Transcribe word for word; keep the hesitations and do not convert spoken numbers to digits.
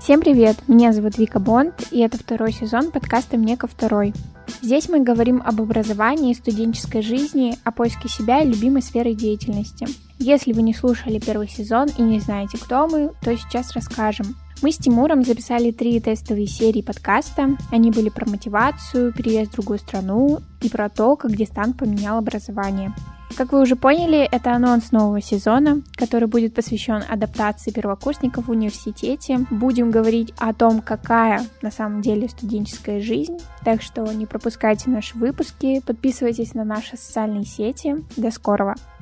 Всем привет, меня зовут Вика Бонд, и это второй сезон подкаста «Мне ко второй». Здесь мы говорим об образовании, студенческой жизни, о поиске себя и любимой сферы деятельности. Если вы не слушали первый сезон и не знаете, кто мы, то сейчас расскажем. Мы с Тимуром записали три тестовые серии подкаста. Они были про мотивацию, переезд в другую страну и про то, как дистант поменял образование. Как вы уже поняли, это анонс нового сезона, который будет посвящен адаптации первокурсников в университете. Будем говорить о том, какая на самом деле студенческая жизнь. Так что не пропускайте наши выпуски, подписывайтесь на наши социальные сети. До скорого!